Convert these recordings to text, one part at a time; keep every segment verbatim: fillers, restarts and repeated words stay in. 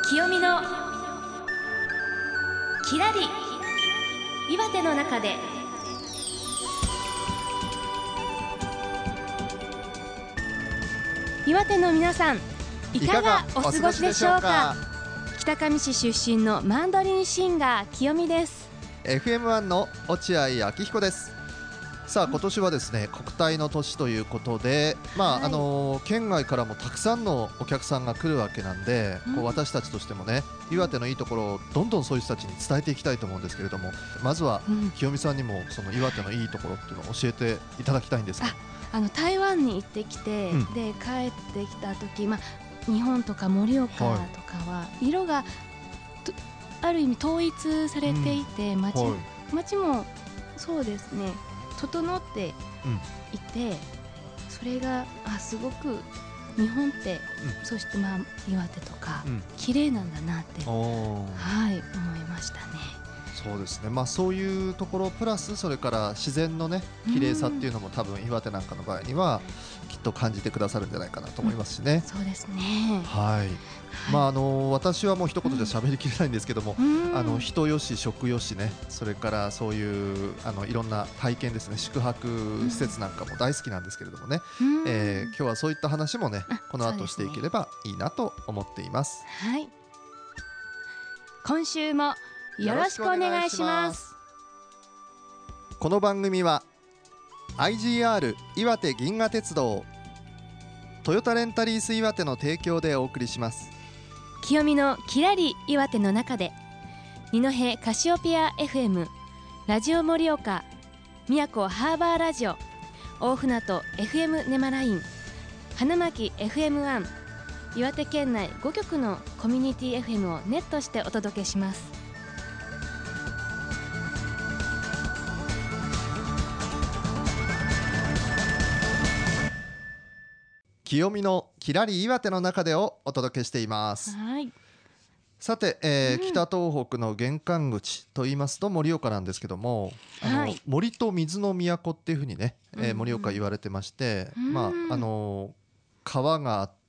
清美のきらり岩手の中で。岩手の皆さん、いかがお過ごしでしょうか。北上市出身のマンドリンシンガー清美です。 エフエムワン の落合明彦です。さあ今年はですね、国体の年ということで、まあはい、 あの県外からもたくさんのお客さんが来るわけなんで、 うん、 こう私たちとしてもね、岩手のいいところをどんどんそういう人たちに伝えていきたいと思うんですけれども、まずは、うん、清美さんにもその岩手のいいところっていうのを教えていただきたいんですが。 あの台湾に行ってきて、うん、で帰ってきた時、まあ、日本とか盛岡とかは色がある意味統一されていて、うん、街、はい、街もそうですね整っていて、うん、それがあすごく日本って、うん、そしてまあ岩手とか、うん、綺麗なんだなって、はい、思いましたね。 そうですね、まあ、そういうところプラスそれから自然のね綺麗さっていうのも多分岩手なんかの場合にはきっと感じてくださるんじゃないかなと思いますしね、 うん、そうですね、 はい、はい、まあ、あの私はもう一言じゃ喋りきれないんですけども、うん、あの人よし食よしね、それからそういうあのいろんな体験ですね、宿泊施設なんかも大好きなんですけれどもね、うん、えー、今日はそういった話もねこの後していければいいなと思っています。 はい、今週もよろしくお願いします。 この番組は アイジーアール 岩手銀河鉄道、トヨタレンタリース岩手の提供でお送りします。 清美のきらり岩手の中で、二戸カシオペア エフエム、 ラジオ盛岡、宮古ハーバーラジオ、大船渡 エフエム ネマライン、花巻 エフエムワン、 岩手県内ごきょくのコミュニティ エフエム をネットしてお届けします。 清美のきらり岩手の中でをお届けしています。 はい、 さて、えーうん、北東北の玄関口と言いますと盛岡なんですけども、あの、はい、森と水の都っていうふうにね、えー、盛岡言われてまして、うん、まああの川があって、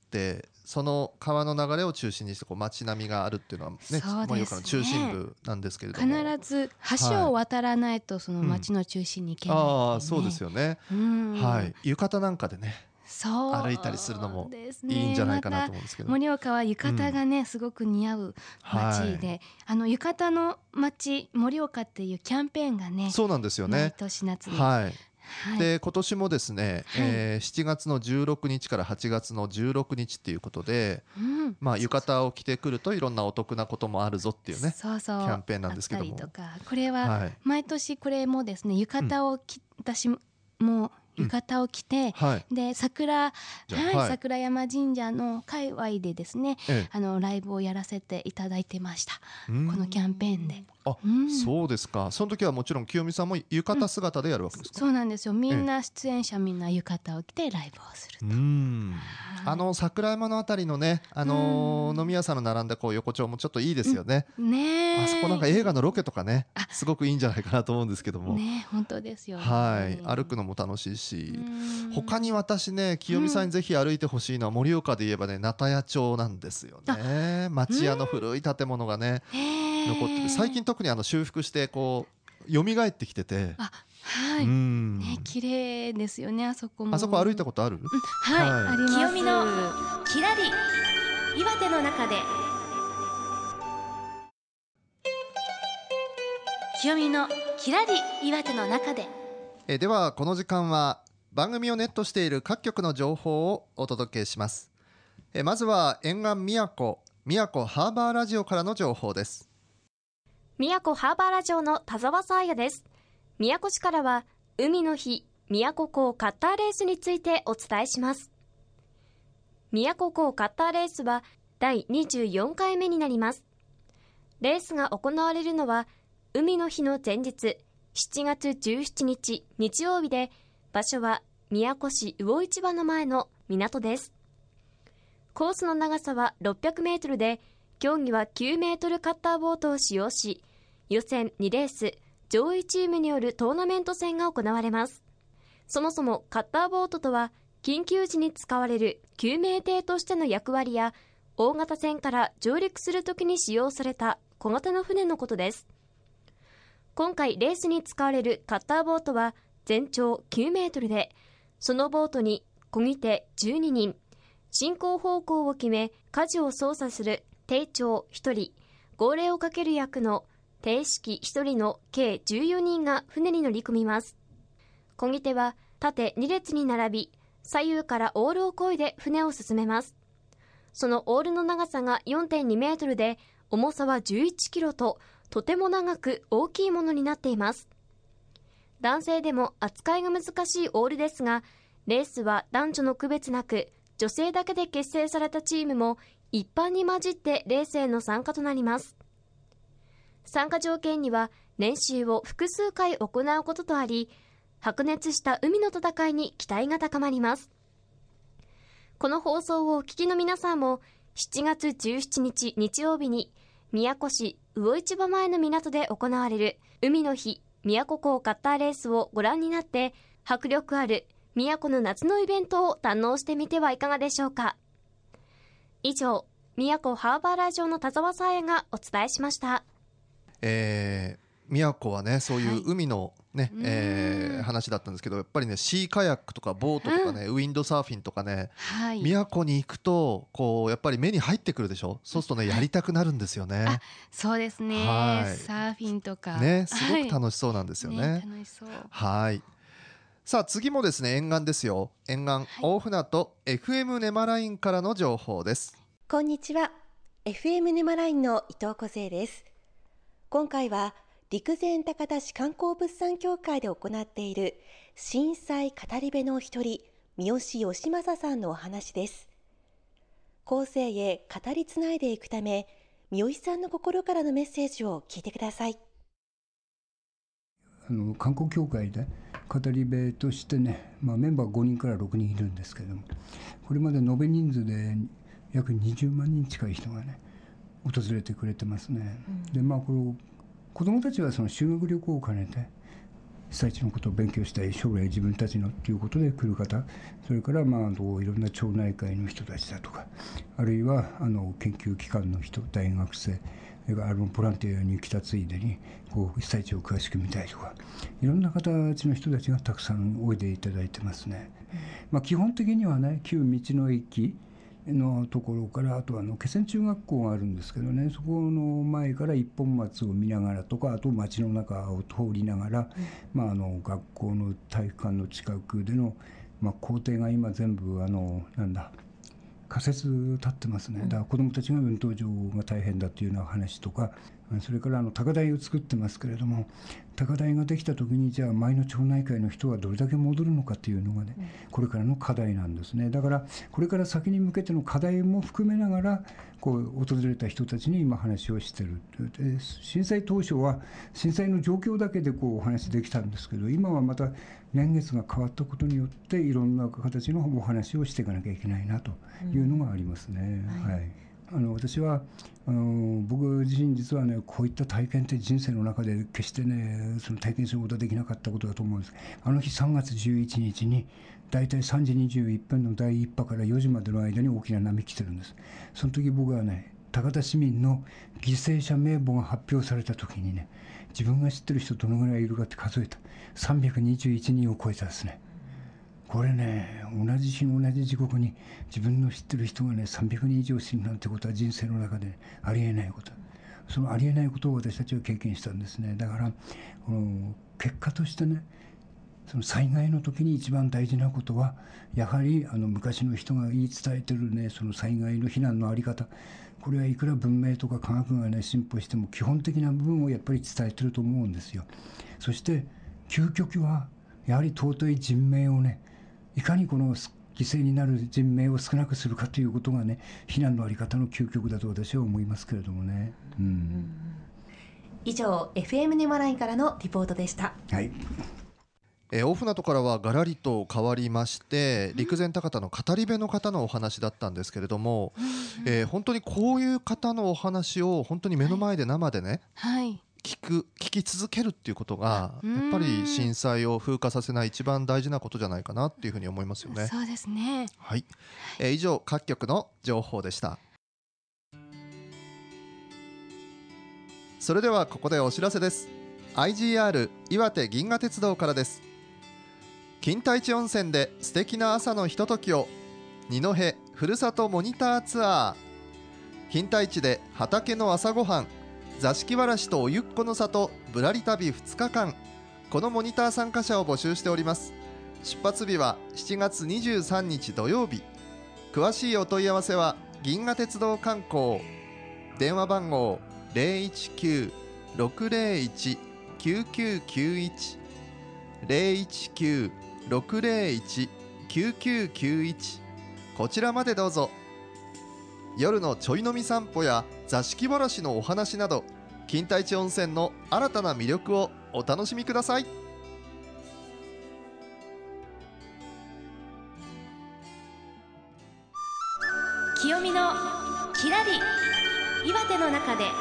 その川の流れを中心にしてこう街並みがあるっていうのは ね, ね盛岡の中心部なんですけれども、 必ず橋を渡らないとその街の中心に行けない、ね、うん、 あそうですよね、はい、浴衣なんかでね歩いたりするのもいいんじゃないかなと思うんですけど、 盛岡は浴衣がね、うん、すごく似合う街で、はい、あの浴衣の街盛岡っていうキャンペーンがね、 そうなんですよね、 毎年夏に、 はいはい、で今年もですね、はい、えー、しちがつのじゅうろくにちからはちがつのじゅうろくにちっていうことで、うん、まあ、浴衣を着てくるといろんなお得なこともあるぞっていうね、 そうそうキャンペーンなんですけども、 あったりとか、これは毎年これもですね、浴衣を着、うん、私も浴衣を着て、うんはい、で 桜,、はいはい、桜山神社の界隈でですね、ええ、あのライブをやらせていただいてました、このキャンペーンで。 あ、うん、そうですか。その時はもちろん清美さんも浴衣姿でやるわけですか。 うん、そうなんですよ。みんな出演者みんな浴衣を着てライブをすると、うん、 あの桜山のあたりのね、あのー、飲み屋さんの並んだこう横丁もちょっといいですよね、 うん、ね、 あそこなんか映画のロケとかねすごくいいんじゃないかなと思うんですけどもね、本当ですよね、 はい、歩くのも楽しいし、他に私ね清美さんにぜひ歩いてほしいのは盛岡で言えばね鉈屋町なんですよね。町屋の古い建物がね残ってて、最近特にあの修復してこう蘇ってきてて、 あ、はい、うんね、綺麗ですよね、あそこも。 あそこ歩いたことある？うん、 はい、はい、あります。清美のきらり岩手の中で、清美のきらり岩手の中で。 えではこの時間は番組をネットしている各局の情報をお届けします。えまずは沿岸宮古宮古ハーバーラジオからの情報です。 宮古ハーバーラジオの田沢沙耶です。宮古市からは海の日宮古港カッターレースについてお伝えします。宮古港カッターレースはだいにじゅうよんかいめになります。レースが行われるのは海の日の前日しちがつじゅうしちにち日曜日で、場所は宮古市魚市場の前の港です。コースの長さはろっぴゃくメートルで、競技はきゅうメートルカッターボートを使用し、予選にレース、上位チームによるトーナメント戦が行われます。そもそもカッターボートとは、緊急時に使われる救命艇としての役割や、 大型船から上陸するときに使用された小型の船のことです。今回レースに使われるカッターボートは全長きゅうメートルで、そのボートに漕ぎ手じゅうににん、進行方向を決め舵を操作する艇長ひとり、号令をかける役の艇指揮ひとりの計じゅうよにんが船に乗り込みます。漕ぎ手は縦に列に並び、左右からオールを漕いで船を進めます。そのオールの長さが よんてんにメートルで、重さはじゅういちキロととても長く大きいものになっています。男性でも扱いが難しいオールですが、レースは男女の区別なく、女性だけで結成されたチームも一般に混じってレースへの参加となります。参加条件には練習を複数回行うこととあり、白熱した海の戦いに期待が高まります。この放送をお聞きの皆さんもしちがつじゅうしちにち日曜日に宮古市魚市場前の港で行われる海の日宮古港カッターレースをご覧になって、迫力ある宮古の夏のイベントを堪能してみてはいかがでしょうか。以上、宮古ハーバーラジオの田沢沙耶がお伝えしました。 えー宮古はね、そういう海のね、はい、えー、話だったんですけど、やっぱりねシーカヤックとかボートとかね、うん、ウィンドサーフィンとかね、はい、宮古に行くとこうやっぱり目に入ってくるでしょ。そうするとねやりたくなるんですよね。 あ、そうですね、はい、サーフィンとかね、すごく楽しそうなんですよね。はい、 ね、楽しそう。 はい。さあ次もですね、沿岸ですよ。沿岸、はい、大船渡 エフエム ネマラインからの情報です。 こんにちは、 エフエム ネマラインの伊藤梢です。今回は陸前高田市観光物産協会で行っている震災語り部の一人、三好義正さんのお話です。後世へ語りつないでいくため、三好さんの心からのメッセージを聞いてください。 あの観光協会で語り部としてね、まあ、メンバーごにんからろくにんいるんですけれども、これまで延べ人数で約にじゅうまんにん近い人がね訪れてくれてますね。うん、でまあこれ子どもたちはその修学旅行を兼ねて被災地のことを勉強したい、将来自分たちのということで来る方、それからまあいろんな町内会の人たちだとか、あるいはあの研究機関の人、大学生、それからあのボランティアに来たついでにこう被災地を詳しく見たいとか、いろんな形の人たちがたくさんおいでいただいてますね。まあ、基本的にはね、旧道の駅のところから、あとはあの気仙中学校があるんですけどね、そこの前から一本松を見ながらとか、あと町の中を通りながら、うん、まあ、あの学校の体育館の近くでの、まあ、校庭が今全部あのなんだ仮設立ってますね。だから子どもたちが運動場が大変だというような話とか、それからあの高台を作ってますけれども、高台ができた時にじゃあ前の町内会の人はどれだけ戻るのかというのがね、これからの課題なんですね。だからこれから先に向けての課題も含めながらこう訪れた人たちに今話をしてる。で震災当初は震災の状況だけでこうお話できたんですけど、今はまた年月が変わったことによっていろんな形のお話をしていかなきゃいけないなというのがありますね。うん、はい、はい、あの私はあの僕自身実はね、こういった体験って人生の中で決してねその体験することはできなかったことだと思うんです。あの日さんがつじゅういちにちにだいたいさんじにじゅういっぷんのだいいっ波からよじまでの間に大きな波来てるんです。その時僕はね、高田市民の犠牲者名簿が発表された時にね、自分が知ってる人どのぐらいいるかって数えた、さんびゃくにじゅういちにんを超えたですね。これね、同じ日同じ時刻に自分の知ってる人がねさんびゃくにん以上死ぬなんてことは人生の中で、ね、ありえないこと。そのありえないことを私たちは経験したんですね。だからこの結果としてね、その災害の時に一番大事なことはやはりあの昔の人が言い伝えてるね、その災害の避難の在り方、これはいくら文明とか科学がね進歩しても基本的な部分をやっぱり伝えてると思うんですよ。そして究極はやはり尊い人命をね、いかにこの犠牲になる人命を少なくするかということがね、避難の在り方の究極だと私は思いますけれどもね。うん、 以上 エフエム ネマラインからのリポートでした。 はい。 えー、大船渡からはガラリと変わりまして、陸前高田の語り部の方のお話だったんですけれども、えー、本当にこういう方のお話を本当に目の前で生でね、はいはい、聞く聞き続けるっていうことがやっぱり震災を風化させない一番大事なことじゃないかなっていうふうに思いますよね。 そうですね。 はい、えー、以上各局の情報でした。 それではここでお知らせです。 アイジーアール 岩手銀河鉄道からです。金田一温泉で素敵な朝のひとときを、二戸ふるさとモニターツアー。金田一で畑の朝ごはん、座敷わらしとおゆっこの里ぶらり旅ふつかかん、このモニター参加者を募集しております。出発日はしちがつにじゅうさんにち土曜日。詳しいお問い合わせは銀河鉄道観光、電話番号 ゼロいちきゅう ろくゼロいち きゅうきゅうきゅういち ゼロいちきゅう ろくゼロいち きゅうきゅうきゅういち、こちらまでどうぞ。夜のちょい飲み散歩や座敷わらしのお話など、金田一温泉の新たな魅力をお楽しみください。 清見のきらり岩手の中で。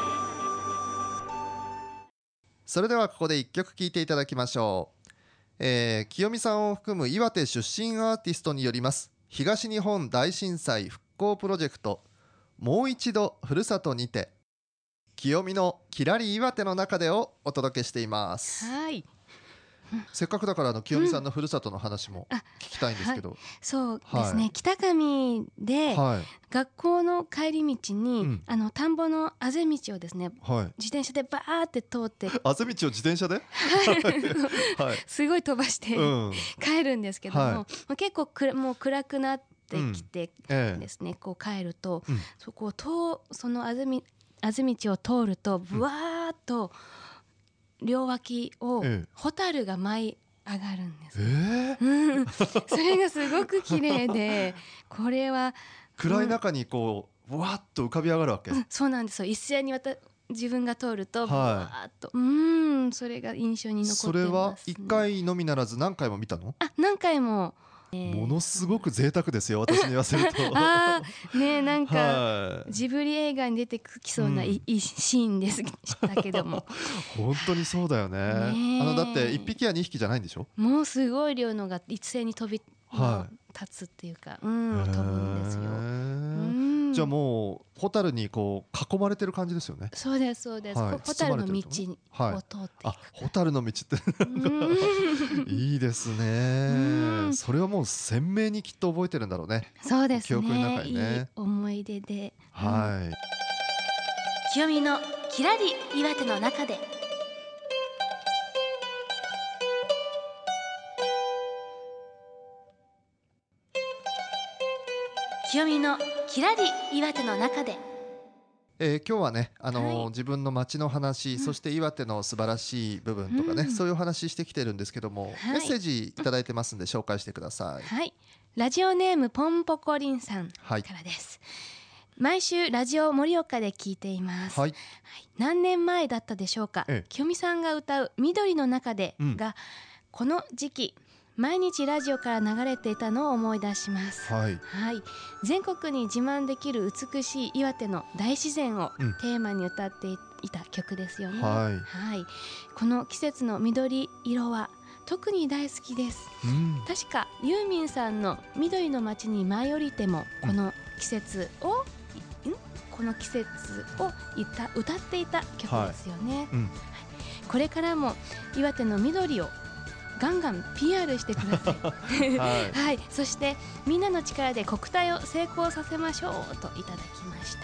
それではここでいっきょく聴いていただきましょう。えー、清見さんを含む岩手出身アーティストによります東日本大震災復興プロジェクト、もう一度ふるさとにて、清見のきらり岩手の中でをお届けしています。 はい、 せっかくだからあの清見さんのふるさとの話も聞きたいんですけど、 はい、そうですね、 はい、 北上で学校の帰り道に、 うん、 あの田んぼのあぜ道をですね、はい、自転車でバーって通ってあぜ道を自転車ではい、 すごい飛ばして、うん、帰るんですけども、はい、結構くもう暗くなってきてですね、うんええ、こう帰ると、うん、そこをとそのあぜみあぜ道を通るとブワーっと両脇をホタルが舞い上がるんです、えー、それがすごく綺麗でこれは暗い中にこうブワーっと浮かび上がるわけ、 うん、そうなんですよ。一斉にまた自分が通るとブワーっと、はい、うんそれが印象に残ってます、ね、 それは一回のみならず何回も見たの？ あ何回もものすごく贅沢ですよ、私に言わせるとあねなんか、はい、ジブリ映画に出てきそうな、うん、いいシーンでしたけども本当にそうだよ ね, ねあのだっていっぴきやにひきじゃないんでしょ？もうすごい量のが一斉に飛び、はい、立つっていうか、うん、飛ぶんですよ、うん、 じゃあもうホタルにこう囲まれてる感じですよね。 そうですそうです、はい、ホタルの道を通っていく、はい、 あホタルの道っていいですね。それはもう鮮明にきっと覚えてるんだろうね。 そうですね、 記憶の中にね、 いい思い出で、 はい、うん、 清見のきらり岩手の中で。清見のきらり岩手の中で、 えー、今日はね、あのーはい、自分の町の話、うん、そして岩手の素晴らしい部分とかね、うん、そういう話してきてるんですけども、はい、メッセージいただいてますんで紹介してください。 はい、ラジオネームポンポコリンさんからです、はい、毎週ラジオ盛岡で聞いています、はいはい、何年前だったでしょうか、ええ、清見さんが歌う緑の中でが、うん、この時期毎日ラジオから流れていたのを思い出します、はいはい、全国に自慢できる美しい岩手の大自然をテーマに歌っていた曲ですよね、うんはいはい、この季節の緑色は特に大好きです、うん、確かユーミンさんの緑の街に舞い降りてもこの季節を、うん、この季節を歌っていた曲ですよね、はいうん、これからも岩手の緑をガンガン ピーアール してください、はいはい、そしてみんなの力で国体を成功させましょうといただきました、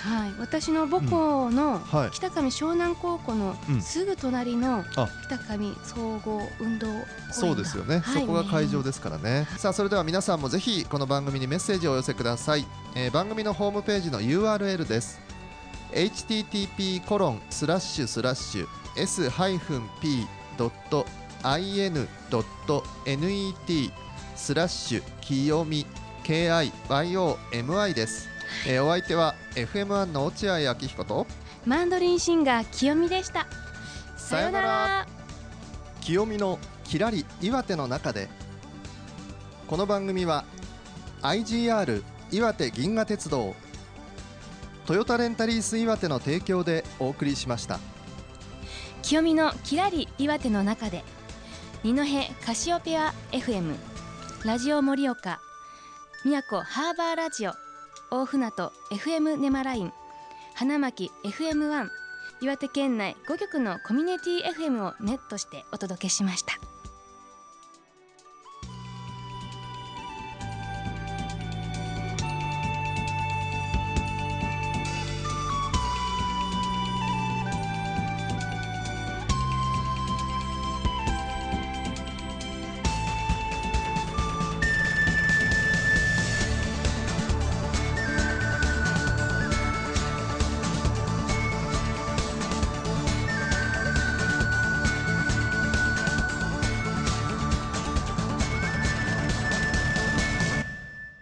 はい、私の母校の北上湘南高校のすぐ隣の北上総合運動公園、 そうですよね、はい、そこが会場ですからね、さあそれでは皆さんもぜひこの番組にメッセージをお寄せください、えー、番組のホームページの ユーアールエル です。 エイチティーティーピーコロンスラッシュスラッシュエスハイフンピードットアイエヌドットネット スラッシュ清見 ケーアイワイオーエムアイ です、えー、お相手は エフエムワン の落合明彦とマンドリンシンガー清見でした。 さよなら。清見のきらり岩手の中で。この番組は アイジーアール 岩手銀河鉄道、トヨタレンタリース岩手の提供でお送りしました。 清見のきらり岩手の中で、二戸カシオペア エフエム、 ラジオ盛岡、宮古ハーバーラジオ、大船渡 エフエム ネマライン、花巻 エフエムワン、 岩手県内ごきょくのコミュニティ エフエム をネットしてお届けしました。